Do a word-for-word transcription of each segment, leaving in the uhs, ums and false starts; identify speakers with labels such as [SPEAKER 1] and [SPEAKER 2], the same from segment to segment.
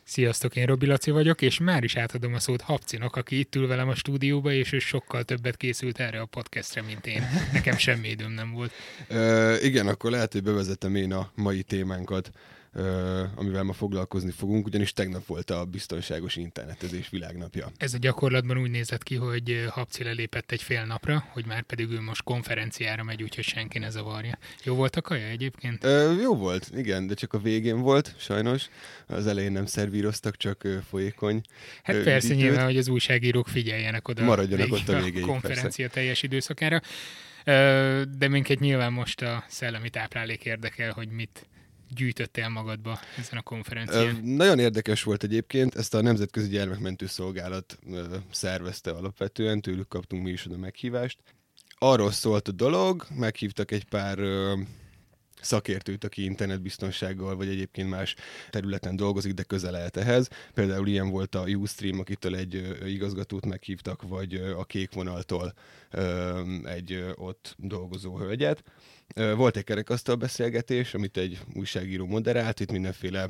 [SPEAKER 1] Sziasztok, én Robi Laci vagyok, és már is átadom a szót Habcinak, aki itt ül velem a stúdióba, és ő sokkal többet készült erre a podcastre, mint én. Nekem semmi időm nem volt.
[SPEAKER 2] Uh, igen, akkor lehet, hogy bevezetem én a mai témánkat, uh, amivel ma foglalkozni fogunk, ugyanis tegnap volt a biztonságos internetezés világnapja.
[SPEAKER 1] Ez a gyakorlatban úgy nézett ki, hogy Habci lelépett egy fél napra, hogy már pedig ő most konferenciára megy, úgyhogy senki ne zavarja. Jó volt a kaja egyébként?
[SPEAKER 2] Uh, jó volt, igen, de csak a végén volt, sajnos. Az elején nem szervíroztak, csak uh, folyékony.
[SPEAKER 1] Hát
[SPEAKER 2] uh,
[SPEAKER 1] persze,
[SPEAKER 2] üdítőt.
[SPEAKER 1] nyilván, hogy az újságírók figyeljenek oda.
[SPEAKER 2] Maradjanak ott a végéig,
[SPEAKER 1] a konferencia
[SPEAKER 2] persze.
[SPEAKER 1] teljes időszakára. De minket nyilván most a szellemi táplálék érdekel, hogy mit gyűjtöttél magadba ezen a konferencián.
[SPEAKER 2] Uh, nagyon érdekes volt egyébként, ezt a Nemzetközi Gyermekmentő Szolgálat uh, szervezte alapvetően, tőlük kaptunk mi is oda meghívást. Arról szólt a dolog, meghívtak egy pár uh, szakértőt, aki internetbiztonsággal vagy egyébként más területen dolgozik, de közel lehet ehhez. Például ilyen volt a Ustream, akitől egy uh, igazgatót meghívtak, vagy uh, a Kék Vonaltól uh, egy uh, ott dolgozó hölgyet. Uh, volt egy kerekasztal beszélgetés, amit egy újságíró moderált, itt mindenféle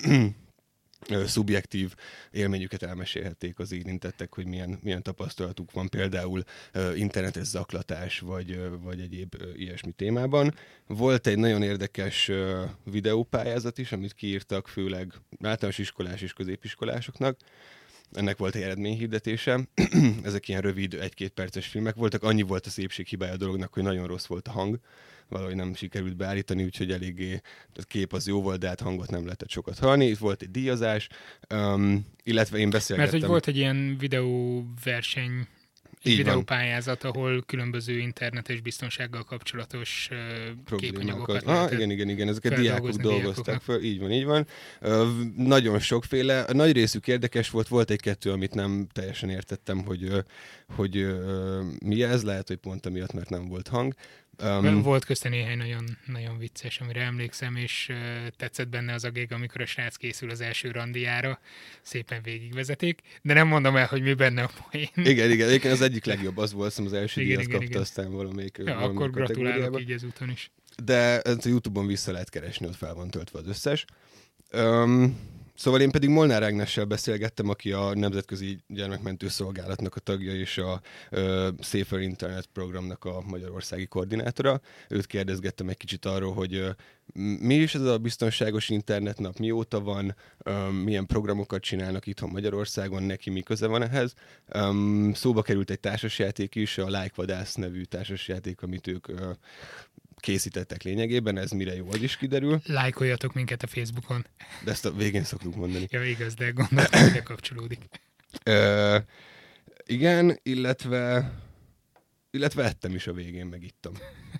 [SPEAKER 2] szubjektív élményüket elmesélhették az érintettek, hogy milyen, milyen tapasztalatuk van például uh, internetes zaklatás, vagy, uh, vagy egyéb uh, ilyesmi témában. Volt egy nagyon érdekes uh, videópályázat is, amit kiírtak főleg általános iskolás és középiskolásoknak. Ennek volt egy eredményhirdetése. Ezek ilyen rövid, egy-két perces filmek voltak. Annyi volt a szépséghibája a dolognak, hogy nagyon rossz volt a hang. Valahogy nem sikerült beállítani, úgyhogy eléggé a kép az jó volt, de hát hangot nem lehetett sokat hallani. Itt volt egy díjazás, um, illetve én beszélgettem.
[SPEAKER 1] Mert hogy volt egy ilyen videóverseny, egy
[SPEAKER 2] Így
[SPEAKER 1] videópályázat, ahol különböző internetes biztonsággal kapcsolatos uh, képanyagokat
[SPEAKER 2] ah, igen, igen, igen, ezeket diákok dolgozták föl, így van, így van. Uh, nagyon sokféle, a nagy részük érdekes volt, volt egy-kettő, amit nem teljesen értettem, hogy, uh, hogy uh, mi ez, lehet, hogy pont amiatt, mert nem volt hang.
[SPEAKER 1] Um, volt közte néhány nagyon, nagyon vicces, amire emlékszem, és uh, tetszett benne az a gég, amikor a srác készül az első randiára, szépen végigvezetik, de nem mondom el, hogy mi benne a poén.
[SPEAKER 2] Igen, igen, igen, az egyik legjobb az volt, az első
[SPEAKER 1] igen,
[SPEAKER 2] díjat
[SPEAKER 1] igen,
[SPEAKER 2] kapta,
[SPEAKER 1] igen.
[SPEAKER 2] aztán valamelyik
[SPEAKER 1] ja,
[SPEAKER 2] valamelyik
[SPEAKER 1] akkor gratulálok így ezúton is.
[SPEAKER 2] De ezt a YouTube-on vissza lehet keresni, ott fel van töltve az összes. Um, Szóval én pedig Molnár Ágnessel beszélgettem, aki a Nemzetközi Gyermekmentő Szolgálatnak a tagja és a uh, Safer Internet programnak a magyarországi koordinátora. Őt kérdezgettem egy kicsit arról, hogy uh, mi is ez a biztonságos internetnap, mióta van, um, milyen programokat csinálnak itthon Magyarországon, neki mi köze van ehhez. Um, szóba került egy társasjáték is, a Like Vadász nevű társasjáték, amit ők uh, készítettek lényegében, ez mire jól is kiderül.
[SPEAKER 1] Lájkoljatok minket a Facebookon.
[SPEAKER 2] De ezt a végén szoktuk mondani.
[SPEAKER 1] Ja, igaz, de gondoltam, hogy kapcsolódik.
[SPEAKER 2] Ö, igen, illetve illetve ettem is a végén, meg ittam.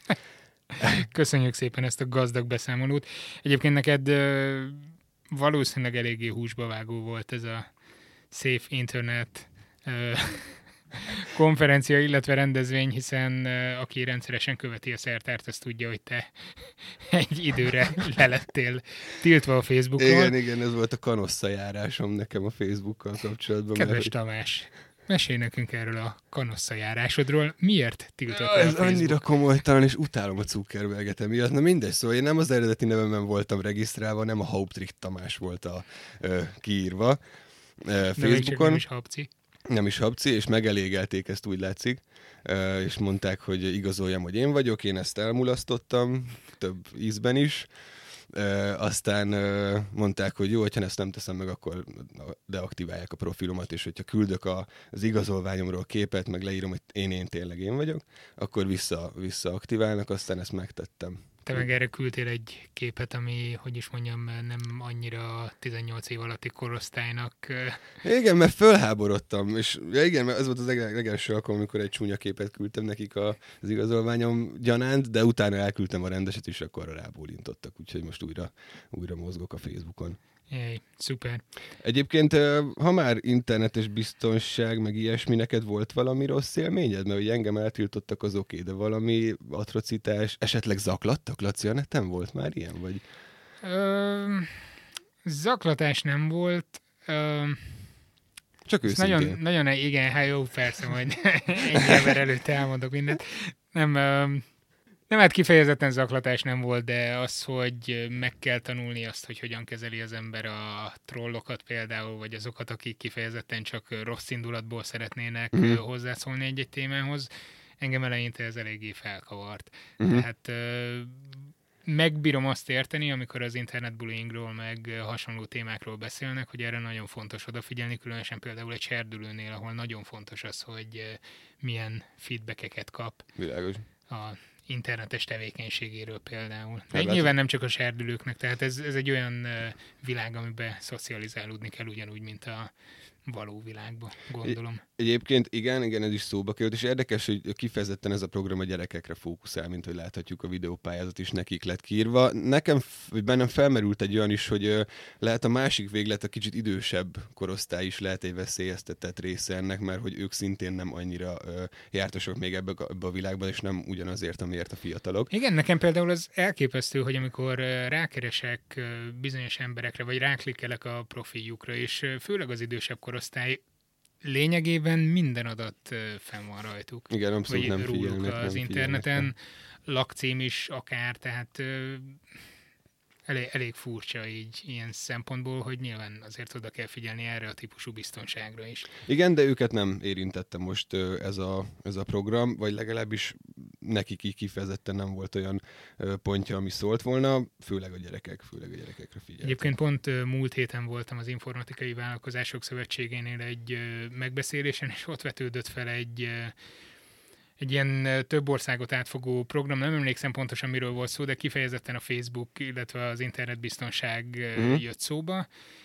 [SPEAKER 1] Köszönjük szépen ezt a gazdag beszámolót. Egyébként neked ö, valószínűleg eléggé húsba vágó volt ez a Safe Internet ö, konferencia, illetve rendezvény, hiszen uh, aki rendszeresen követi a szertárt, az tudja, hogy te egy időre lelettél tiltva a Facebookon.
[SPEAKER 2] Igen, igen, ez volt a kanosszajárásom nekem a Facebookkal kapcsolatban.
[SPEAKER 1] Kedves
[SPEAKER 2] mert...
[SPEAKER 1] Tamás, mesélj nekünk erről a kanosszajárásodról. Miért tiltottál
[SPEAKER 2] Ez
[SPEAKER 1] a Facebook?
[SPEAKER 2] annyira komolytalan, és utálom a Zuckerberget emiatt. Na mindegy, szóval én nem az eredeti nevemben voltam regisztrálva, nem a Hauptrick Tamás volt a ö, kiírva ö, Facebookon.
[SPEAKER 1] Nem is Habci.
[SPEAKER 2] Nem is Habci, és megelégelték ezt, úgy látszik, és mondták, hogy igazoljam, hogy én vagyok, én ezt elmulasztottam, több ízben is. Aztán mondták, hogy jó, hogyha ezt nem teszem meg, akkor deaktiválják a profilomat, és hogyha küldök az igazolványomról képet, meg leírom, hogy én, én tényleg én vagyok, akkor vissza, visszaaktiválnak, aztán ezt megtettem.
[SPEAKER 1] Te meg erre küldtél egy képet, ami, hogy is mondjam, nem annyira tizennyolc év alatti korosztálynak.
[SPEAKER 2] Igen, mert fölháborodtam, és ja igen, mert ez volt az legelső alkalom, amikor egy csúnya képet küldtem nekik az igazolványom gyanánt, de utána elküldtem a rendeset, és akkor rábólintottak, úgyhogy most újra, újra mozgok a Facebookon.
[SPEAKER 1] Jaj, szuper.
[SPEAKER 2] Egyébként, ha már internetes biztonság, meg ilyesmi, neked volt valami rossz élményed? Mert hogy engem eltiltottak, az oké, de valami atrocitás, esetleg zaklattak? Laci, a neten volt már ilyen? Vagy?
[SPEAKER 1] Ö, zaklatás nem volt. Ö,
[SPEAKER 2] Csak őszintén.
[SPEAKER 1] Nagyon, nagyon, igen, hát jó, persze, majd egy ember előtt elmondok mindent. Nem, ö, Nem, hát kifejezetten zaklatás nem volt, de az, hogy meg kell tanulni azt, hogy hogyan kezeli az ember a trollokat például, vagy azokat, akik kifejezetten csak rossz indulatból szeretnének mm-hmm. hozzászólni egy-egy témához, engem eleinte ez eléggé felkavart. Mm-hmm. Tehát megbírom azt érteni, amikor az internetbullyingról meg hasonló témákról beszélnek, hogy erre nagyon fontos odafigyelni, különösen például egy serdülőnél, ahol nagyon fontos az, hogy milyen feedbackeket kap.
[SPEAKER 2] Világos.
[SPEAKER 1] A internetes tevékenységéről például. De nyilván nem csak a serdülőknek, tehát ez, ez egy olyan világ, amiben szocializálódni kell ugyanúgy, mint a való világban, gondolom.
[SPEAKER 2] Egyébként igen, igen, ez is szóba került, és érdekes, hogy kifejezetten ez a program a gyerekekre fókuszál, mint hogy láthatjuk a videópályázat is nekik lett kiírva. Nekem, vagy bennem felmerült egy olyan is, hogy lehet a másik véglet, a kicsit idősebb korosztály is lehet egy veszélyeztetett része ennek, mert hogy ők szintén nem annyira jártasok még ebbe, ebbe a világban, és nem ugyanazért, amiért a fiatalok.
[SPEAKER 1] Igen, nekem például az elképesztő, hogy amikor rákeresek bizonyos emberekre, vagy ráklikkelek a profiljukra, és főleg az idősebb korosztály, lényegében minden adat fenn van rajtuk.
[SPEAKER 2] Igen, abszolút
[SPEAKER 1] vagy
[SPEAKER 2] nem figyelnek.
[SPEAKER 1] az
[SPEAKER 2] nem
[SPEAKER 1] interneten,
[SPEAKER 2] figyelnek.
[SPEAKER 1] lakcím is akár, tehát elég, elég furcsa így ilyen szempontból, hogy nyilván azért oda kell figyelni erre a típusú biztonságra is.
[SPEAKER 2] Igen, de őket nem érintette most ez a, ez a program, vagy legalábbis nekik így kifejezetten nem volt olyan pontja, ami szólt volna, főleg a gyerekek, főleg a gyerekekre figyeltek.
[SPEAKER 1] Egyébként pont múlt héten voltam az Informatikai Vállalkozások Szövetségénél egy megbeszélésen, és ott vetődött fel egy egy ilyen több országot átfogó program, nem emlékszem pontosan miről volt szó, de kifejezetten a Facebook, illetve az internetbiztonság uh-huh. jött szóba,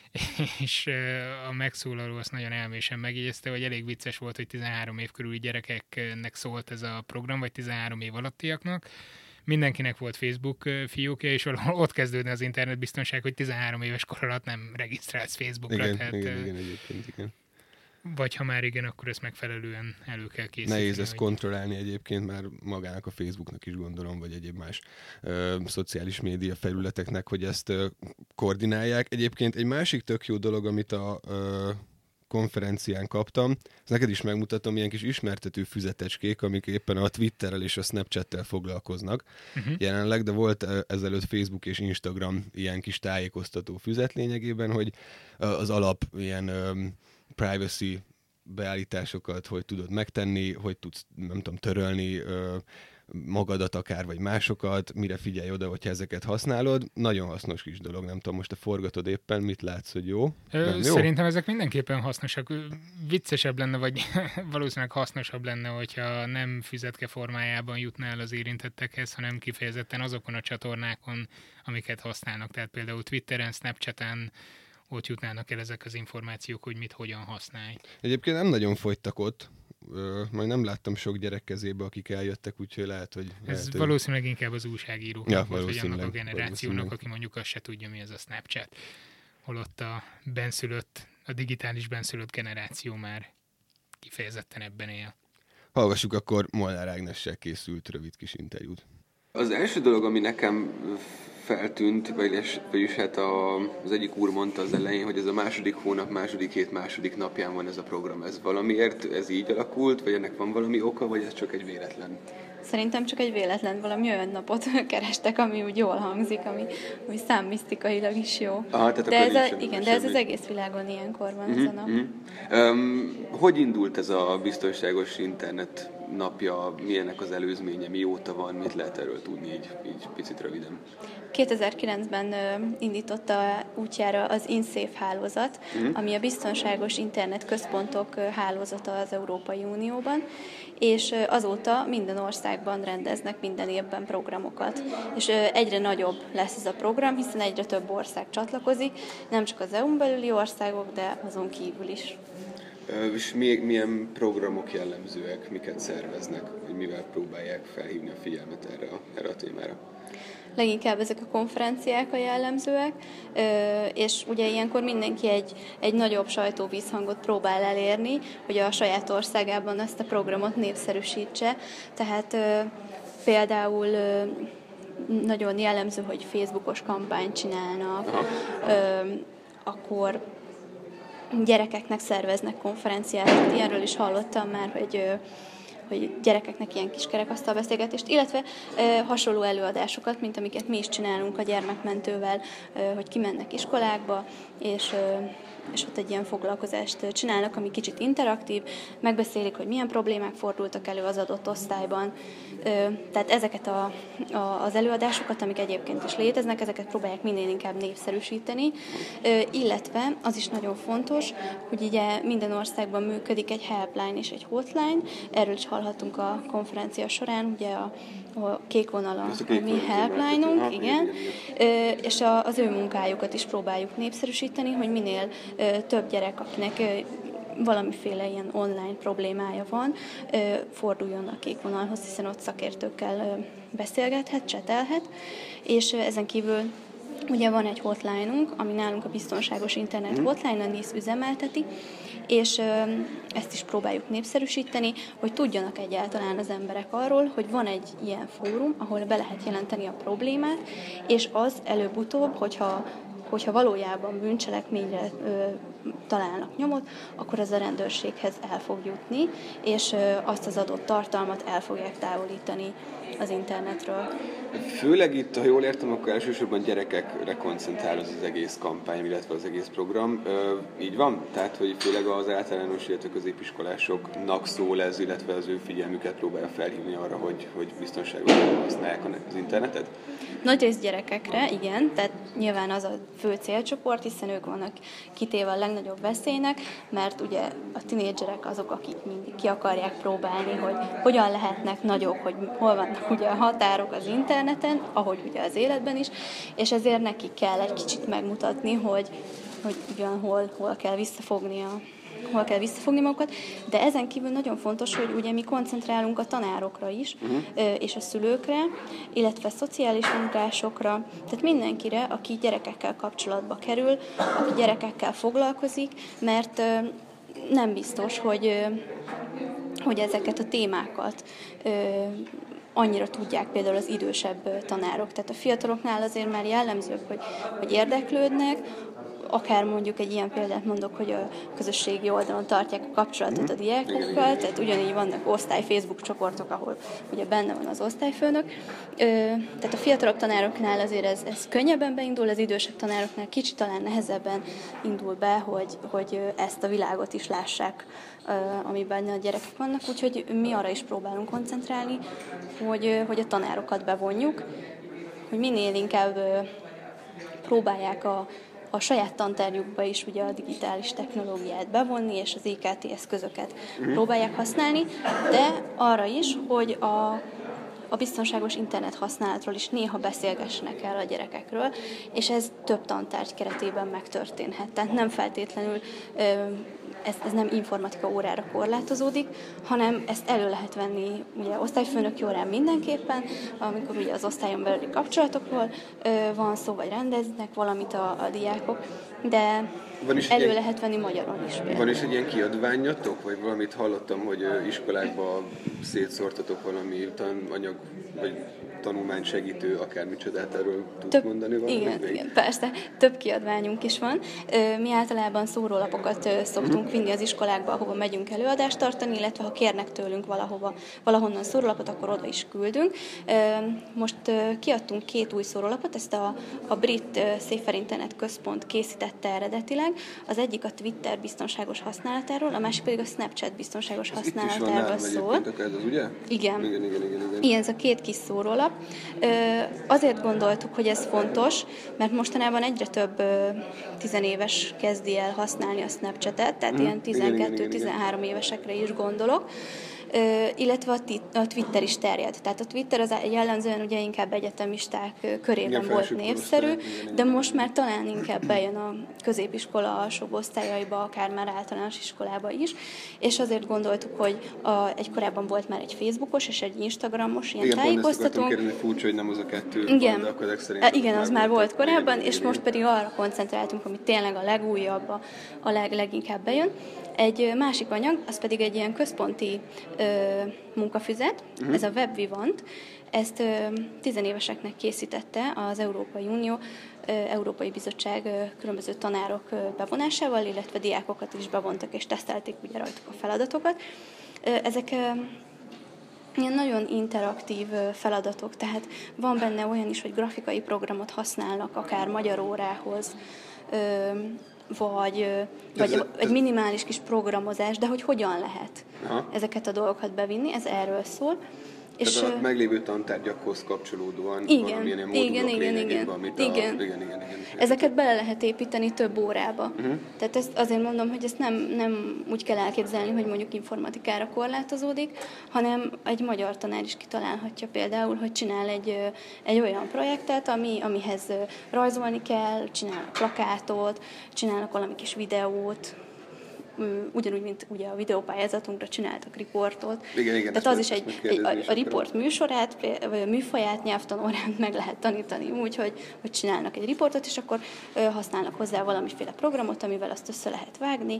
[SPEAKER 1] és a megszólaló azt nagyon elmésen megjegyezte, hogy elég vicces volt, hogy tizenhárom év körüli gyerekeknek szólt ez a program, vagy tizenhárom év alattiaknak. Mindenkinek volt Facebook fiókja, és valahol ott kezdődne az internetbiztonság, hogy tizenhárom éves kor alatt nem regisztrálsz Facebookra.
[SPEAKER 2] Igen,
[SPEAKER 1] tehát,
[SPEAKER 2] igen, igen, egyébként, igen.
[SPEAKER 1] Vagy ha már igen, akkor ezt megfelelően elő kell készíteni.
[SPEAKER 2] Nehéz ezt
[SPEAKER 1] hogy...
[SPEAKER 2] kontrollálni egyébként, már magának a Facebooknak is gondolom, vagy egyéb más ö, szociális média felületeknek, hogy ezt ö, koordinálják. Egyébként egy másik tök jó dolog, amit a ö, konferencián kaptam, ezt neked is megmutatom, ilyen kis ismertető füzetecskék, amik éppen a Twitterrel és a Snapchattel foglalkoznak uh-huh. jelenleg, de volt ezelőtt Facebook és Instagram ilyen kis tájékoztató füzet lényegében, hogy az alap ilyen ö, privacy beállításokat, hogy tudod megtenni, hogy tudsz, nem tudom, törölni ö, magadat akár, vagy másokat, mire figyelj oda, hogyha ezeket használod. Nagyon hasznos kis dolog, nem tudom, most te forgatod éppen, mit látsz, hogy jó?
[SPEAKER 1] Ö, jó? Szerintem ezek mindenképpen hasznosak. Viccesebb lenne, vagy valószínűleg hasznosabb lenne, hogyha nem füzetke formájában jutnál el az érintettekhez, hanem kifejezetten azokon a csatornákon, amiket használnak. Tehát például Twitteren, Snapchaten, ott jutnának el ezek az információk, hogy mit, hogyan használj.
[SPEAKER 2] Egyébként nem nagyon fogytak ott, Ö, majd nem láttam sok gyerek kezébe, akik eljöttek, úgyhogy lehet, hogy...
[SPEAKER 1] Ez
[SPEAKER 2] lehet,
[SPEAKER 1] valószínűleg inkább az újságíróknak
[SPEAKER 2] ja,
[SPEAKER 1] volt, vagy annak a generációnak, aki mondjuk azt se tudja, mi az a Snapchat. Holott a benszülött, a digitális benszülött generáció már kifejezetten ebben él.
[SPEAKER 2] Hallgassuk akkor Molnár Ágnessel készült rövid kis interjút.
[SPEAKER 3] Az első dolog, ami nekem feltűnt, vagyis, vagyis hát a, az egyik úr mondta az elején, hogy ez a második hónap, második hét, második napján van ez a program. Ez valamiért, ez így alakult, vagy ennek van valami oka, vagy ez csak egy véletlen?
[SPEAKER 4] Szerintem csak egy véletlen, valami olyan napot kerestek, ami úgy jól hangzik, ami, ami számmisztikailag is jó.
[SPEAKER 3] Aha, tehát
[SPEAKER 4] de ez, a,
[SPEAKER 3] sem,
[SPEAKER 4] igen, de ez az egész világon ilyenkor van
[SPEAKER 3] uh-huh,
[SPEAKER 4] ez a nap.
[SPEAKER 3] Uh-huh. Um, hogy indult ez a biztonságos internet napja, milyennek az előzménye, mióta van, mit lehet erről tudni így, így picit röviden?
[SPEAKER 4] kétezer-kilencben uh, indította útjára az InSafe hálózat, uh-huh. ami a biztonságos internet központok uh, hálózata az Európai Unióban, és uh, azóta minden országban rendeznek minden évben programokat. És uh, egyre nagyobb lesz ez a program, hiszen egyre több ország csatlakozik, nem csak az é u-n belüli országok, de azon kívül is.
[SPEAKER 3] És milyen programok jellemzőek, miket szerveznek, vagy mivel próbálják felhívni a figyelmet erre a, erre a témára?
[SPEAKER 4] Leginkább ezek a konferenciák a jellemzőek, és ugye ilyenkor mindenki egy, egy nagyobb sajtóvízhangot próbál elérni, hogy a saját országában ezt a programot népszerűsítse. Tehát például nagyon jellemző, hogy Facebookos kampányt csinálnak, Aha. akkor gyerekeknek szerveznek konferenciákat. Ilyenről is hallottam már, hogy hogy gyerekeknek ilyen kis kerekasztalbeszélgetést, illetve hasonló előadásokat, mint amiket mi is csinálunk a gyermekmentővel, hogy kimennek iskolákba, és és ott egy ilyen foglalkozást csinálnak, ami kicsit interaktív, megbeszélik, hogy milyen problémák fordultak elő az adott osztályban. Tehát ezeket a, a, az előadásokat, amik egyébként is léteznek, ezeket próbálják minél inkább népszerűsíteni, illetve az is nagyon fontos, hogy ugye minden országban működik egy helpline és egy hotline, erről is hallhattunk a konferencia során, ugye a a kék vonal a, a mi helpline-unk, igen, igen. És a, az ő munkájukat is próbáljuk népszerűsíteni, hogy minél több gyerek, akinek valamiféle ilyen online problémája van, forduljon a kék vonalhoz, hiszen ott szakértőkkel beszélgethet, csetelhet, és ezen kívül ugye van egy hotline-unk, ami nálunk a biztonságos internet hotline, a NISZ üzemelteti, és ezt is próbáljuk népszerűsíteni, hogy tudjanak egyáltalán az emberek arról, hogy van egy ilyen fórum, ahol be lehet jelenteni a problémát, és az előbb-utóbb, hogyha, hogyha valójában bűncselekményre ö, találnak nyomot, akkor ez a rendőrséghez el fog jutni, és ö, azt az adott tartalmat el fogják távolítani az internetről.
[SPEAKER 3] Főleg itt, ha jól értem, akkor elsősorban gyerekekre koncentrál az, az egész kampány, illetve az egész program. Ö, így van? Tehát, hogy főleg az általános, illetve középiskolásoknak szól ez, illetve az ő figyelmüket próbálja felhívni arra, hogy, hogy biztonságosan használják az internetet?
[SPEAKER 4] Nagyrészt gyerekekre, igen, tehát nyilván az a fő célcsoport, hiszen ők vannak kitéve a legnagyobb veszélynek, mert ugye a tinédzserek azok, akik mindig ki akarják próbálni, hogy hogyan lehetnek nagyok, hogy hol vannak ugye a határok az interneten, ahogy ugye az életben is, és ezért nekik kell egy kicsit megmutatni, hogy, hogy ugyan hol, hol kell visszafogni a hol kell visszafogni magukat, de ezen kívül nagyon fontos, hogy ugye mi koncentrálunk a tanárokra is, uh-huh. és a szülőkre, illetve a szociális munkásokra, tehát mindenkire, aki gyerekekkel kapcsolatba kerül, aki gyerekekkel foglalkozik, mert nem biztos, hogy, hogy ezeket a témákat annyira tudják például az idősebb tanárok. Tehát a fiataloknál azért már jellemzőbb, hogy, hogy érdeklődnek, akár mondjuk egy ilyen példát mondok, hogy a közösségi oldalon tartják a kapcsolatot a diákokkal, tehát ugyanígy vannak osztály Facebook csoportok, ahol ugye benne van az osztályfőnök. Tehát a fiatalabb tanároknál azért ez, ez könnyebben beindul, az idősebb tanároknál kicsit talán nehezebben indul be, hogy, hogy ezt a világot is lássák, amiben a gyerekek vannak, úgyhogy mi arra is próbálunk koncentrálni, hogy, hogy a tanárokat bevonjuk, hogy minél inkább próbálják a a saját tantárgyukba is ugye a digitális technológiát bevonni, és az I K T eszközöket mm. próbálják használni, de arra is, hogy a, a biztonságos internet használatról is néha beszélgessenek el a gyerekekről, és ez több tantárgy keretében megtörténhet. Tehát nem feltétlenül ez, ez nem informatika órára korlátozódik, hanem ezt elő lehet venni ugye osztályfőnöki órán mindenképpen, amikor ugye az osztályon belüli kapcsolatokról ö, van szó, vagy rendeznek valamit a, a diákok, de elő ilyen, lehet venni magyarul is. Például.
[SPEAKER 3] Van is egy ilyen kiadványatok, vagy valamit hallottam, hogy iskolákba szétszórtatok valami tananyag, vagy tanulmány segítő, akármicsodát, erről tudsz Több, mondani valamit?
[SPEAKER 4] Igen, igen, persze. Több kiadványunk is van. Mi általában szórólapokat szoktunk vinni az iskolákba, ahova megyünk előadást tartani, illetve ha kérnek tőlünk valahova, valahonnan szórólapot, akkor oda is küldünk. Most kiadtunk két új szórólapot, ezt a, a brit Safer Internet Központ készítette eredetileg. Az egyik a Twitter biztonságos használatáról, a másik pedig a Snapchat biztonságos ez használatáról szól.
[SPEAKER 3] Ez az, ugye?
[SPEAKER 4] Igen.
[SPEAKER 3] Igen, igen, igen, igen.
[SPEAKER 4] Igen, ez a két kis szórólap. Azért gondoltuk, hogy ez fontos, mert mostanában egyre több tizenéves kezdi el használni a Snapchatet, tehát mm, ilyen tizenkettő-tizenhárom évesekre is gondolok. Uh, illetve a, t- a Twitter is terjed. Tehát a Twitter az jellemzően ugye inkább egyetemisták körében igen, volt népszerű, igen, igen, de most már talán inkább bejön a középiskola alsóbb osztályaiba, akár már általános iskolába is, és azért gondoltuk, hogy a, egy korábban volt már egy Facebookos és egy Instagramos ilyen
[SPEAKER 3] igen,
[SPEAKER 4] tájékoztatónk.
[SPEAKER 3] Igen, pont furcsa, hogy nem az a kettő
[SPEAKER 4] igen,
[SPEAKER 3] van, de akkor szerint
[SPEAKER 4] igen, az már volt korábban,
[SPEAKER 3] igen,
[SPEAKER 4] és
[SPEAKER 3] igen,
[SPEAKER 4] most pedig arra koncentráltunk, ami tényleg a legújabb, a, a leg, leginkább bejön. Egy másik anyag, az pedig egy ilyen központi ö, munkafüzet, uh-huh. ez a WebVivant. Ezt ö, tizenéveseknek készítette az Európai Unió, ö, Európai Bizottság ö, különböző tanárok ö, bevonásával, illetve diákokat is bevontak és tesztelték ugye rajtuk a feladatokat. Ö, ezek ö, ilyen nagyon interaktív feladatok, tehát van benne olyan is, hogy grafikai programot használnak, akár magyar órához, vagy, vagy ez, egy minimális kis programozás, de hogy hogyan lehet aha. ezeket a dolgokat bevinni, ez erről szól.
[SPEAKER 3] És a meglévő tantárgyakhoz kapcsolódóan igen, valamilyen ilyen módulok igen, igen, amit igen. A... Igen, igen, igen.
[SPEAKER 4] Ezeket bele lehet építeni több órába. Uh-huh. Tehát ezt azért mondom, hogy ezt nem, nem úgy kell elképzelni, hogy mondjuk informatikára korlátozódik, hanem egy magyar tanár is kitalálhatja például, hogy csinál egy, egy olyan projektet, ami, amihez rajzolni kell, csinál plakátot, csinálnak valami kis videót, ugyanúgy, mint ugye a videópályázatunkra csináltak riportot.
[SPEAKER 3] Igen, igen,
[SPEAKER 4] tehát az is egy, egy a, a riport műsorát, vagy a műfaját nyelvtanórán meg lehet tanítani úgy, hogy, hogy csinálnak egy riportot, és akkor ö, használnak hozzá valamiféle programot, amivel azt össze lehet vágni.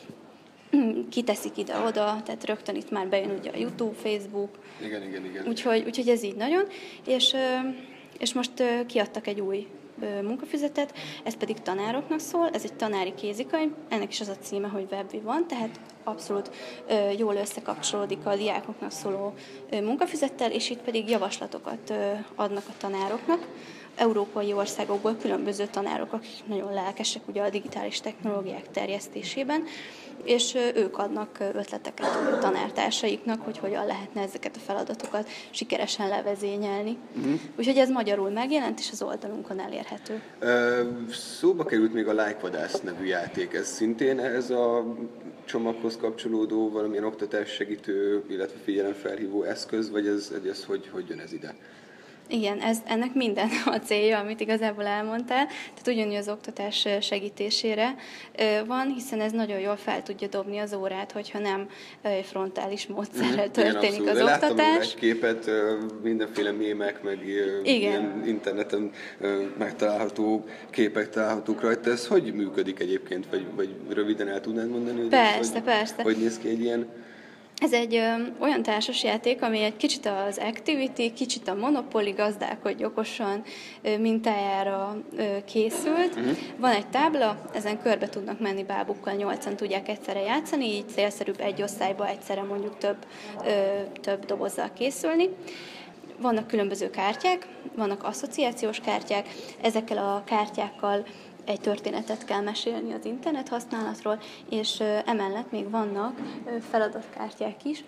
[SPEAKER 4] Kiteszik ide-oda, tehát rögtön itt már bejön ugye a YouTube, Facebook.
[SPEAKER 3] Igen, igen, igen.
[SPEAKER 4] Úgyhogy, úgyhogy ez így nagyon. És, és most kiadtak egy új munkafüzetet, ez pedig tanároknak szól, ez egy tanári kézikönyv, ennek is az a címe, hogy WebVi van, tehát abszolút jól összekapcsolódik a diákoknak szóló munkafüzettel, és itt pedig javaslatokat adnak a tanároknak. Európai országokból különböző tanárok, akik nagyon lelkesek ugye a digitális technológiák terjesztésében, és ők adnak ötleteket a tanártársaiknak, hogy hogyan lehetne ezeket a feladatokat sikeresen levezényelni. Uh-huh. Úgyhogy ez magyarul megjelent, és az oldalunkon elérhető.
[SPEAKER 3] Uh, szóba került még a Like-vadász nevű játék. Ez szintén ez a csomaghoz kapcsolódó valamilyen oktatás segítő, illetve figyelemfelhívó eszköz, vagy ez, ez hogy, hogy jön ez ide?
[SPEAKER 4] Igen, ez, ennek minden a célja, amit igazából elmondtál, tehát ugyanúgy az oktatás segítésére van, hiszen ez nagyon jól fel tudja dobni az órát, hogyha nem frontális módszerrel történik igen, az
[SPEAKER 3] de
[SPEAKER 4] oktatás.
[SPEAKER 3] Láttam egy képet, mindenféle mémek, meg ilyen interneten megtalálható képek találhatók rajta. Ez hogy működik egyébként, vagy, vagy röviden el tudnád mondani? Hogy
[SPEAKER 4] persze,
[SPEAKER 3] ez, hogy,
[SPEAKER 4] persze.
[SPEAKER 3] Hogy néz ki egy ilyen...
[SPEAKER 4] Ez egy ö, olyan társasjáték, ami egy kicsit az Activity, kicsit a Monopoly gazdálkodj okosan ö, mintájára ö, készült. Uh-huh. Van egy tábla, ezen körbe tudnak menni bábukkal, nyolcan tudják egyszerre játszani, így célszerűbb egy osztályba egyszerre mondjuk több, ö, több dobozzal készülni. Vannak különböző kártyák, vannak asszociációs kártyák, ezekkel a kártyákkal egy történetet kell mesélni az internet használatról, és emellett még vannak feladatkártyák is.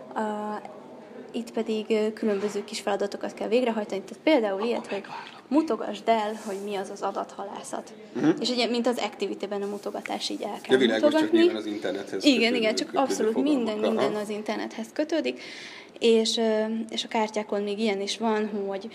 [SPEAKER 4] Itt pedig különböző kis feladatokat kell végrehajtani. Tehát például ilyet, hogy mutogasd el, hogy mi az az adathalászat. Uh-huh. És ugye, mint az Activity-ben a mutogatás így el kell
[SPEAKER 3] de világos,
[SPEAKER 4] mutogatni.
[SPEAKER 3] Csak nyilván az internethez
[SPEAKER 4] igen,
[SPEAKER 3] kötődik,
[SPEAKER 4] igen, csak abszolút minden, minden az internethez kötődik. És, és a kártyákon még ilyen is van, hogy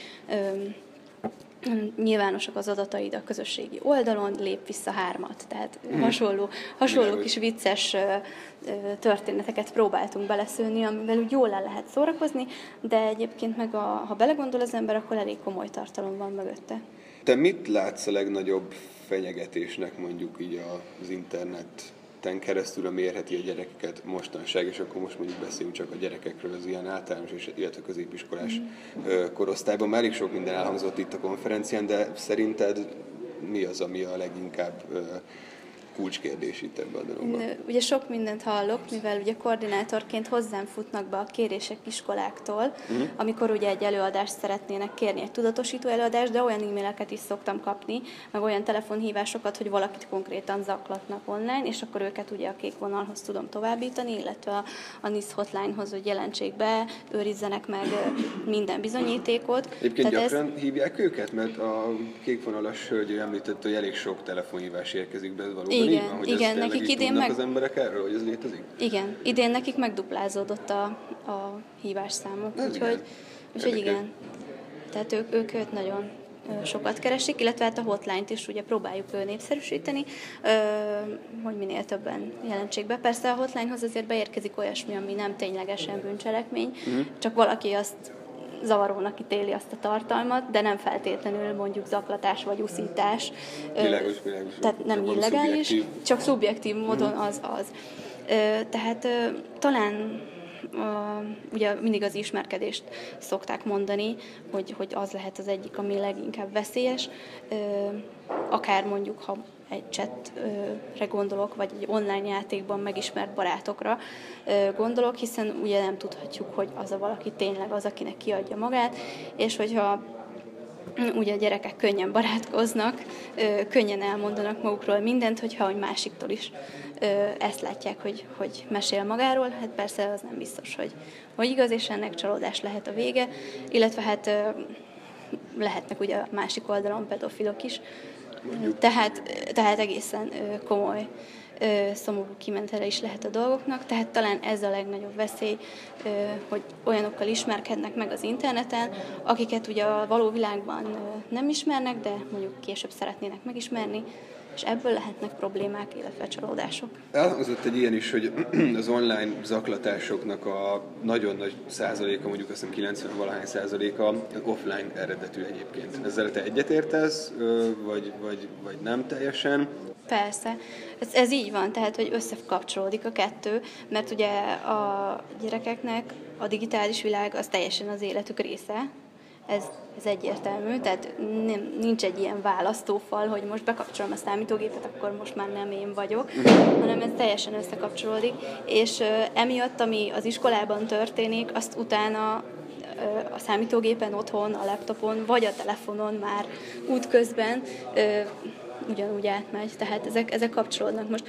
[SPEAKER 4] nyilvánosak az adataid a közösségi oldalon, lép vissza hármat. Tehát hmm. hasonló, hasonló kis vicces történeteket próbáltunk beleszőni, amivel úgy jól el lehet szórakozni, de egyébként meg a, ha belegondol az ember, akkor elég komoly tartalom van mögötte.
[SPEAKER 3] Te mit látsz a legnagyobb fenyegetésnek mondjuk így az internet keresztül, ami érheti a gyerekeket mostanság, és akkor most mondjuk beszélünk csak a gyerekekről az ilyen általános, és illetve középiskolás mm. korosztályban. Már elég sok minden elhangzott itt a konferencián, de szerinted mi az, ami a leginkább kulcskérdés itt ebben a dologban?
[SPEAKER 4] Ugye sok mindent hallok, mivel ugye koordinátorként hozzám futnak be a kérések iskoláktól, uh-huh. amikor ugye egy előadást szeretnének kérni, egy tudatosító előadást, de olyan e-maileket is szoktam kapni, meg olyan telefonhívásokat, hogy valakit konkrétan zaklatnak online, és akkor őket ugye a kék vonalhoz tudom továbbítani, illetve a, a en i es hotline-hoz, hogy jelentsék be, őrizzenek meg minden bizonyítékot.
[SPEAKER 3] Egyébként Tehát gyakran ez... hívják őket, mert a kék vonalas hölgy említett, hogy elég sok telefonhívás érkezik be, valóban.
[SPEAKER 4] Igen,
[SPEAKER 3] van, hogy
[SPEAKER 4] igen, nekik idén meg...
[SPEAKER 3] az emberek erről, hogy ez létezik?
[SPEAKER 4] Igen, idén nekik megduplázódott a, a hívásszámok, úgyhogy, úgyhogy igen. Tehát ők, ők, ők nagyon sokat keresik, illetve hát a hotline-t is ugye próbáljuk népszerűsíteni, hogy minél többen jelentsék be. Persze a hotline-hoz azért beérkezik olyasmi, ami nem ténylegesen bűncselekmény, uh-huh. csak valaki azt zavarónak ítéli azt a tartalmat, de nem feltétlenül mondjuk zaklatás vagy uszítás.
[SPEAKER 3] Világos, világos.
[SPEAKER 4] Tehát nem csak illegális, szubjektív. Csak szubjektív módon az az. Tehát talán ugye mindig az ismerkedést szokták mondani, hogy, hogy az lehet az egyik, ami leginkább veszélyes. Akár mondjuk, ha egy chatre gondolok, vagy egy online játékban megismert barátokra gondolok, hiszen ugye nem tudhatjuk, hogy az a valaki tényleg az, akinek kiadja magát, és hogyha ugye a gyerekek könnyen barátkoznak, könnyen elmondanak magukról mindent, hogyha egy másiktól is ezt látják, hogy, hogy mesél magáról, hát persze az nem biztos, hogy, hogy igaz, és ennek csalódás lehet a vége, illetve hát lehetnek ugye a másik oldalon pedofilok is, tehát, tehát egészen komoly szomorú kimenetele is lehet a dolgoknak, tehát talán ez a legnagyobb veszély, hogy olyanokkal ismerkednek meg az interneten, akiket ugye a való világban nem ismernek, de mondjuk később szeretnének megismerni, és ebből lehetnek problémák, illetve csalódások.
[SPEAKER 3] Elhangzott egy ilyen is, hogy az online zaklatásoknak a nagyon nagy százaléka, mondjuk azt hiszem kilencven-valahány százaléka offline eredetű egyébként. Ezzel te egyetértesz, vagy, vagy, vagy nem teljesen?
[SPEAKER 4] Persze. Ez, ez így van, tehát, hogy összekapcsolódik a kettő, mert ugye a gyerekeknek a digitális világ az teljesen az életük része, ez, ez egyértelmű, tehát nem, nincs egy ilyen választófal, hogy most bekapcsolom a számítógépet, akkor most már nem én vagyok, hanem ez teljesen összekapcsolódik, és uh, emiatt, ami az iskolában történik, azt utána uh, a számítógépen, otthon, a laptopon, vagy a telefonon már útközben uh, ugyanúgy átmegy, tehát ezek, ezek kapcsolódnak. Most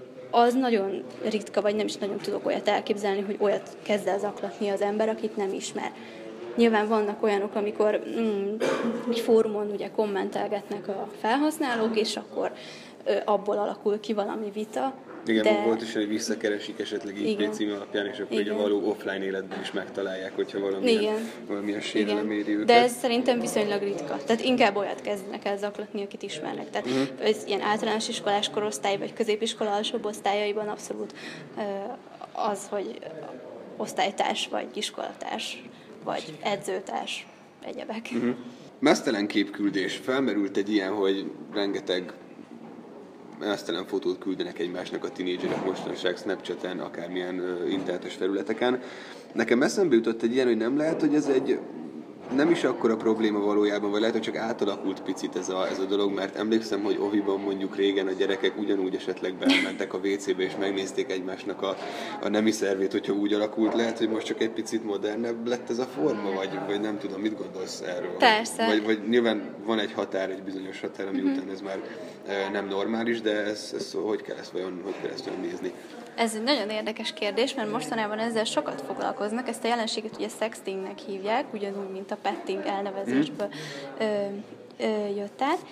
[SPEAKER 4] az nagyon ritka, vagy nem is nagyon tudok olyat elképzelni, hogy olyat kezd el zaklatni az ember, akit nem ismer. Nyilván vannak olyanok, amikor mm, egy fórumon ugye kommentelgetnek a felhasználók, és akkor ö, abból alakul ki valami vita.
[SPEAKER 3] Igen,
[SPEAKER 4] de...
[SPEAKER 3] volt is, hogy visszakeresik esetleg í pé cím alapján, és akkor ugye való offline életben is megtalálják, hogyha valamilyen, valamilyen sérelem éri őket.
[SPEAKER 4] De ez szerintem viszonylag ritka. Tehát inkább olyat kezdenek el zaklatni, akit ismernek. Tehát uh-huh. ez ilyen általános iskolás korosztály, vagy középiskola alsóbb osztályaiban abszolút uh, az, hogy osztálytárs, vagy iskolatárs, vagy edzőtárs, egyebek.
[SPEAKER 3] Uh-huh. Mesztelen képküldés. Felmerült egy ilyen, hogy rengeteg mesztelen fotót küldenek egymásnak a tinédzserek mostanság Snapchaten, akármilyen uh, internetes felületeken. Nekem eszembe jutott egy ilyen, hogy nem lehet, hogy ez egy nem is akkora probléma valójában, vagy lehet, hogy csak átalakult picit ez a, ez a dolog, mert emlékszem, hogy oviban mondjuk régen a gyerekek ugyanúgy esetleg bementek a vé cébe és megnézték egymásnak a, a nemi szervét, hogyha úgy alakult. Lehet, hogy most csak egy picit modernebb lett ez a forma, vagy, vagy nem tudom, mit gondolsz erről?
[SPEAKER 4] Persze.
[SPEAKER 3] Vagy, vagy nyilván van egy határ, egy bizonyos határ, ami mm-hmm. után ez már e, nem normális, de ez, ez, hogy kell ezt vajon, hogy kell ezt olyan nézni?
[SPEAKER 4] Ez egy nagyon érdekes kérdés, mert mostanában ezzel sokat foglalkoznak. Ezt a jelenséget ugye sextingnek hívják, ugyanúgy, mint a petting elnevezésből mm. ö, ö, jött át.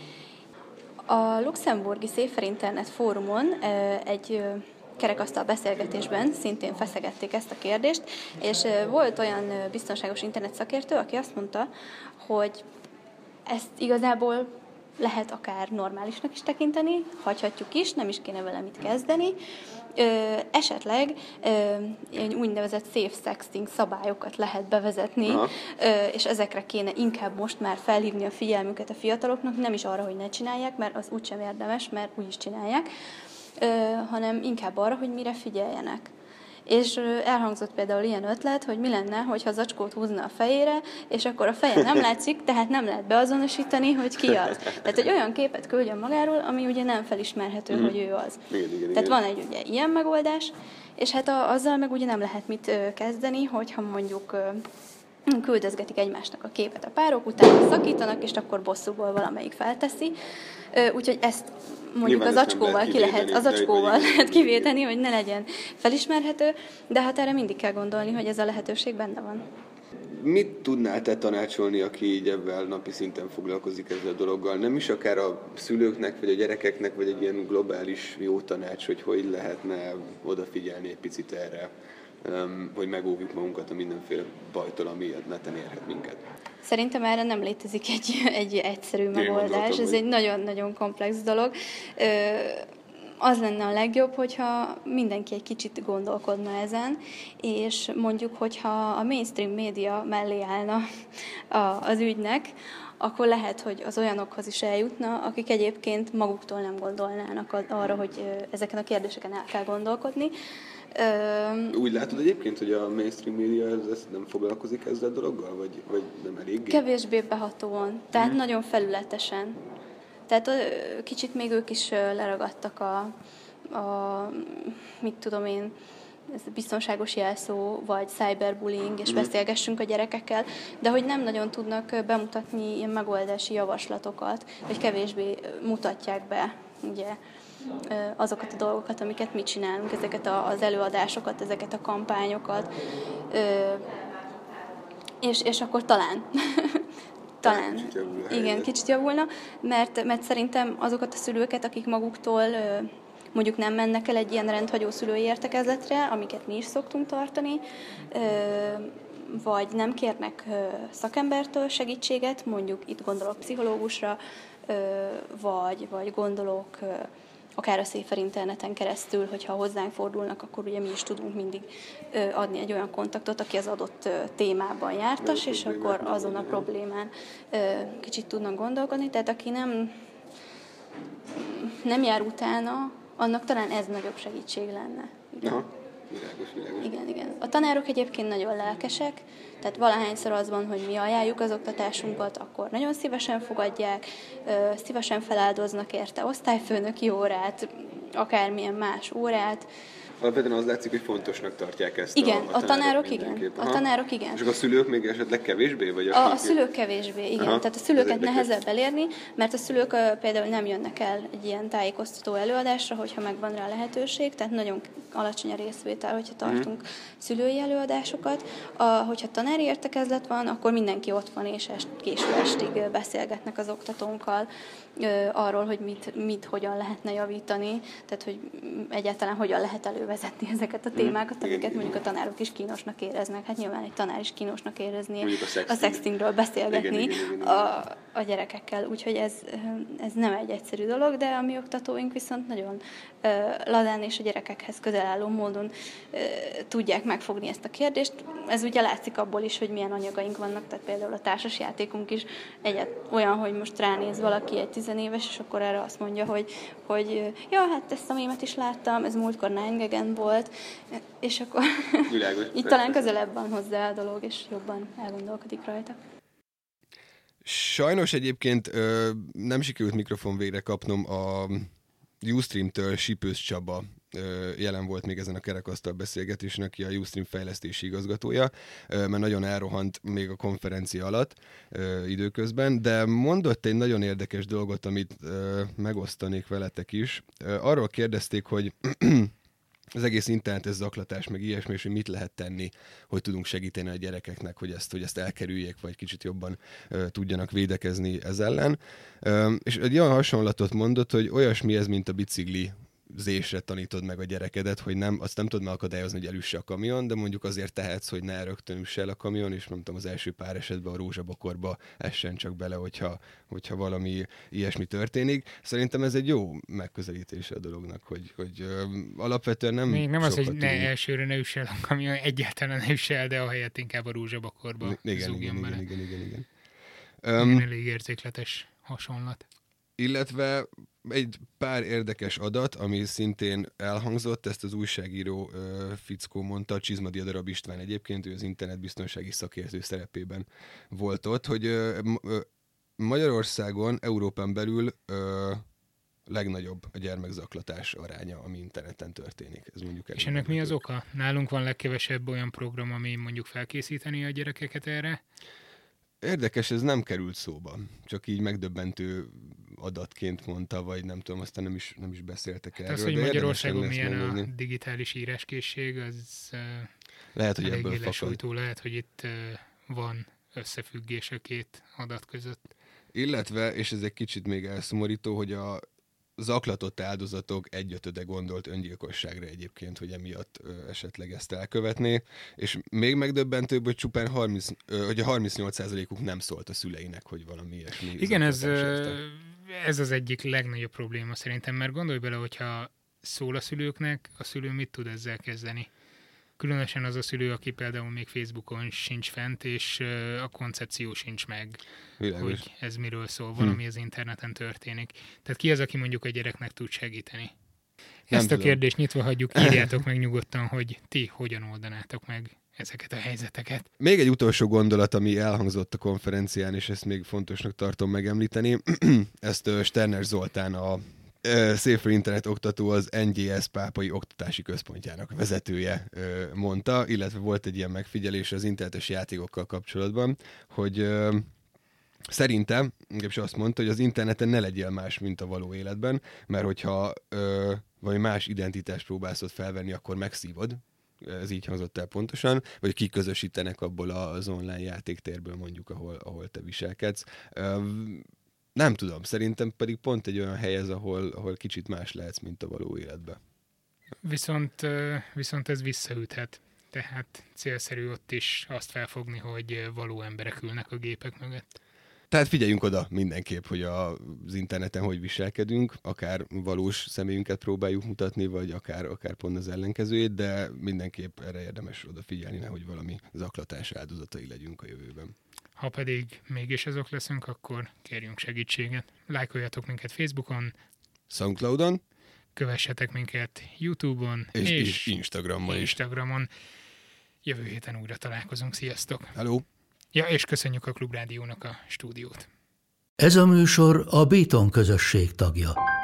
[SPEAKER 4] A luxemburgi Safer Internet fórumon ö, egy ö, kerekasztal beszélgetésben szintén feszegették ezt a kérdést, és ö, volt olyan ö, biztonságos internet szakértő, aki azt mondta, hogy ezt igazából lehet akár normálisnak is tekinteni, hagyhatjuk is, nem is kéne vele mit kezdeni. Ö, esetleg ö, egy úgynevezett safe sexting szabályokat lehet bevezetni, ö, és ezekre kéne inkább most már felhívni a figyelmüket a fiataloknak, nem is arra, hogy ne csinálják, mert az úgysem érdemes, mert úgyis csinálják, ö, hanem inkább arra, hogy mire figyeljenek. És elhangzott például ilyen ötlet, hogy mi lenne, hogyha zacskót húzna a fejére, és akkor a feje nem látszik, tehát nem lehet beazonosítani, hogy ki az. Tehát egy olyan képet küldjön magáról, ami ugye nem felismerhető, mm-hmm. hogy ő az.
[SPEAKER 3] Igen, igen,
[SPEAKER 4] tehát
[SPEAKER 3] igen.
[SPEAKER 4] van egy ugye ilyen megoldás, és hát a, azzal meg ugye nem lehet mit ö, kezdeni, hogyha mondjuk ö, küldözgetik egymásnak a képet a párok, utána szakítanak, és akkor bosszúból valamelyik felteszi. Ö, úgyhogy ezt mondjuk az acskóval ki lehet, az acskóval lehet kivéteni, hogy ne legyen felismerhető, de hát erre mindig kell gondolni, hogy ez a lehetőség benne van.
[SPEAKER 3] Mit tudnál te tanácsolni, aki így ebben napi szinten foglalkozik ezzel a dologgal? Nem is akár a szülőknek, vagy a gyerekeknek, vagy egy ilyen globális jó tanács, hogy hogy lehetne odafigyelni egy picit erre, hogy megóvjuk magunkat a mindenféle bajtól, ami a neten érhet minket.
[SPEAKER 4] Szerintem erre nem létezik egy, egy egyszerű megoldás, ez egy nagyon-nagyon komplex dolog. Ö, az lenne a legjobb, hogyha mindenki egy kicsit gondolkodna ezen, és mondjuk, hogyha a mainstream média mellé állna a, az ügynek, akkor lehet, hogy az olyanokhoz is eljutna, akik egyébként maguktól nem gondolnának arra, hogy ezeken a kérdéseken el kell gondolkodni.
[SPEAKER 3] Úgy látod egyébként, hogy a mainstream média ez nem foglalkozik ezzel a dologgal, vagy, vagy nem eléggé?
[SPEAKER 4] Kevésbé behatóan, tehát hmm. nagyon felületesen. Tehát kicsit még ők is leragadtak a, a mit tudom én, ez biztonságos jelszó, vagy cyberbullying, és mm. beszélgessünk a gyerekekkel, de hogy nem nagyon tudnak bemutatni ilyen megoldási javaslatokat, vagy kevésbé mutatják be, ugye, azokat a dolgokat, amiket mi csinálunk, ezeket az előadásokat, ezeket a kampányokat, és, és akkor talán, talán, kicsit javulna, igen, kicsit javulna, mert, mert szerintem azokat a szülőket, akik maguktól mondjuk nem mennek el egy ilyen rendhagyó szülői értekezletre, amiket mi is szoktunk tartani, vagy nem kérnek szakembertől segítséget, mondjuk itt gondolok pszichológusra, vagy, vagy gondolok akár a Safer interneten keresztül, hogyha hozzánk fordulnak, akkor ugye mi is tudunk mindig adni egy olyan kontaktot, aki az adott témában jártas, és akkor azon a problémán kicsit tudnak gondolkodni. Tehát aki nem, nem jár utána, annak talán ez nagyobb segítség lenne.
[SPEAKER 3] Aha, világos, világos.
[SPEAKER 4] Igen, igen. A tanárok egyébként nagyon lelkesek, tehát valahányszor az van, hogy mi ajánljuk az oktatásunkat, akkor nagyon szívesen fogadják, szívesen feláldoznak érte osztályfőnöki órát, akármilyen más órát.
[SPEAKER 3] Alapvetően az látszik, hogy fontosnak tartják ezt.
[SPEAKER 4] Igen,
[SPEAKER 3] a, a,
[SPEAKER 4] a tanárok igen. A tanárok igen.
[SPEAKER 3] És a szülők még esetleg kevésbé? Vagy
[SPEAKER 4] a, a szülők kevésbé, igen. Aha, tehát a szülőket nehezebb elérni, mert a szülők például nem jönnek el egy ilyen tájékoztató előadásra, hogyha megvan rá lehetőség, tehát nagyon alacsony a részvétel, hogyha tartunk uh-huh. szülői előadásokat. A, hogyha tanári értekezlet van, akkor mindenki ott van, és est, késő estig beszélgetnek az oktatónkkal arról, hogy mit, mit hogyan lehetne javítani, tehát hogy egyáltalán hogyan lehet elővezetni ezeket a témákat, amiket mondjuk a tanárok is kínosnak éreznek. Hát nyilván egy tanár is kínosnak érezni a, sexting. a sextingről beszélgetni igen, igen, igen, igen. A, a gyerekekkel. Úgyhogy ez, ez nem egy egyszerű dolog, de a mi oktatóink viszont nagyon uh, ladán és a gyerekekhez közel álló módon uh, tudják megfogni ezt a kérdést. Ez ugye látszik abból is, hogy milyen anyagaink vannak, tehát például a társasjátékunk is egyet olyan, hogy most ránéz valaki egy tizenéves, és akkor erre azt mondja, hogy, hogy ja, hát ezt a mémet is láttam, ez múltkor nine gag-en volt, és akkor
[SPEAKER 3] világos,
[SPEAKER 4] így talán közelebb van hozzá a dolog, és jobban elgondolkodik rajta.
[SPEAKER 2] Sajnos egyébként ö, nem sikerült mikrofon végre kapnom a Ustream-től Sipős Csaba ö, jelen volt még ezen a kerekasztal beszélgetésen, aki a Ustream fejlesztési igazgatója, ö, mert nagyon elrohant még a konferencia alatt ö, időközben, de mondott egy nagyon érdekes dolgot, amit ö, megosztanék veletek is. Ö, arról kérdezték, hogy az egész internetes zaklatás, meg ilyesmi, és hogy mit lehet tenni, hogy tudunk segíteni a gyerekeknek, hogy ezt, hogy ezt elkerüljék, vagy kicsit jobban ö, tudjanak védekezni ez ellen. Ö, és egy olyan hasonlatot mondott, hogy olyasmi ez, mint a bicikli zésre tanítod meg a gyerekedet, hogy nem, azt nem tudod megakadályozni, hogy elüsse a kamion, de mondjuk azért tehetsz, hogy ne rögtön üsse el a kamion, és nem tudom, az első pár esetben a rózsabokorba essen csak bele, hogyha, hogyha valami ilyesmi történik. Szerintem ez egy jó megközelítése a dolognak, hogy, hogy ö, alapvetően nem
[SPEAKER 1] Még nem az, hogy
[SPEAKER 2] tudunk.
[SPEAKER 1] ne elsőre ne üsse el a kamion, egyáltalán ne üsse el, de ahelyett inkább a rózsabokorba
[SPEAKER 2] igen,
[SPEAKER 1] zúgjon
[SPEAKER 2] igen,
[SPEAKER 1] bele.
[SPEAKER 2] igen, igen, igen,
[SPEAKER 1] igen. Um, elég érzékletes hasonlat.
[SPEAKER 2] Illetve egy pár érdekes adat, ami szintén elhangzott, ezt az újságíró ö, fickó mondta, Csizmadia Darab István egyébként, ő az internetbiztonsági szakértő szerepében volt ott, hogy ö, ö, Magyarországon, Európán belül ö, legnagyobb a gyermekzaklatás aránya, ami interneten történik. Ez mondjuk
[SPEAKER 1] és ennek mi az oka? Nálunk van legkevesebb olyan program, ami mondjuk felkészíteni a gyerekeket erre?
[SPEAKER 2] Érdekes, ez nem került szóba. Csak így megdöbbentő adatként mondta, vagy nem tudom, aztán nem is, nem is beszéltek
[SPEAKER 1] hát
[SPEAKER 2] erről.
[SPEAKER 1] Az, hogy Magyarországon milyen megnézni. A digitális íráskészség, az
[SPEAKER 2] lehet, hogy ebből fakad.
[SPEAKER 1] Lehet, hogy itt van összefüggés a két adat között.
[SPEAKER 2] Illetve, és ez egy kicsit még elszomorító, hogy a zaklatott áldozatok egyötöde gondolt öngyilkosságra egyébként, hogy emiatt ö, esetleg ezt elkövetné, és még megdöbbentőbb, hogy csupán harminc, ö, hogy a harmincnyolc százalékuk nem szólt a szüleinek, hogy valami ilyesmi.
[SPEAKER 1] Igen, ez, ez az egyik legnagyobb probléma szerintem, mert gondolj bele, hogyha szól a szülőknek, a szülő mit tud ezzel kezdeni? Különösen az a szülő, aki például még Facebookon sincs fent, és a koncepció sincs meg, világos, hogy ez miről szól, valami hm. az interneten történik. Tehát ki az, aki mondjuk a gyereknek tud segíteni? Nem Ezt tudom. A kérdést nyitva hagyjuk, írjátok meg nyugodtan, hogy ti hogyan oldanátok meg ezeket a helyzeteket.
[SPEAKER 2] Még egy utolsó gondolat, ami elhangzott a konferencián, és ezt még fontosnak tartom megemlíteni. Ezt Sterner Zoltán, a Safer Internet oktató, az en gé es Pápai Oktatási Központjának vezetője mondta, illetve volt egy ilyen megfigyelés az internetes játékokkal kapcsolatban, hogy szerintem, inkább azt mondta, hogy az interneten ne legyél más, mint a való életben, mert hogyha ö, valami más identitást próbálsz ott felvenni, akkor megszívod. Ez így hangzott el pontosan, vagy kiközösítenek abból az online játéktérből mondjuk, ahol, ahol te viselkedsz. Ö, nem tudom, szerintem pedig pont egy olyan hely ez, ahol, ahol kicsit más lehetsz, mint a való életben.
[SPEAKER 1] Viszont, viszont ez visszaüthet. Tehát célszerű ott is azt felfogni, hogy való emberek ülnek a gépek mögött.
[SPEAKER 2] Tehát figyeljünk oda mindenképp, hogy az interneten hogy viselkedünk, akár valós személyünket próbáljuk mutatni, vagy akár, akár pont az ellenkezőjét, de mindenképp erre érdemes odafigyelni, nehogy valami zaklatás áldozatai legyünk a jövőben.
[SPEAKER 1] Ha pedig mégis azok leszünk, akkor kérjünk segítséget. Lájkoljatok minket Facebookon,
[SPEAKER 2] SoundCloudon,
[SPEAKER 1] kövessetek minket YouTube-on,
[SPEAKER 2] és,
[SPEAKER 1] és,
[SPEAKER 2] és Instagramon is.
[SPEAKER 1] Instagramon. Jövő héten újra találkozunk. Sziasztok!
[SPEAKER 2] Hello!
[SPEAKER 1] Ja, és köszönjük a Klubrádiónak a stúdiót.
[SPEAKER 5] Ez a műsor a Béton közösség tagja.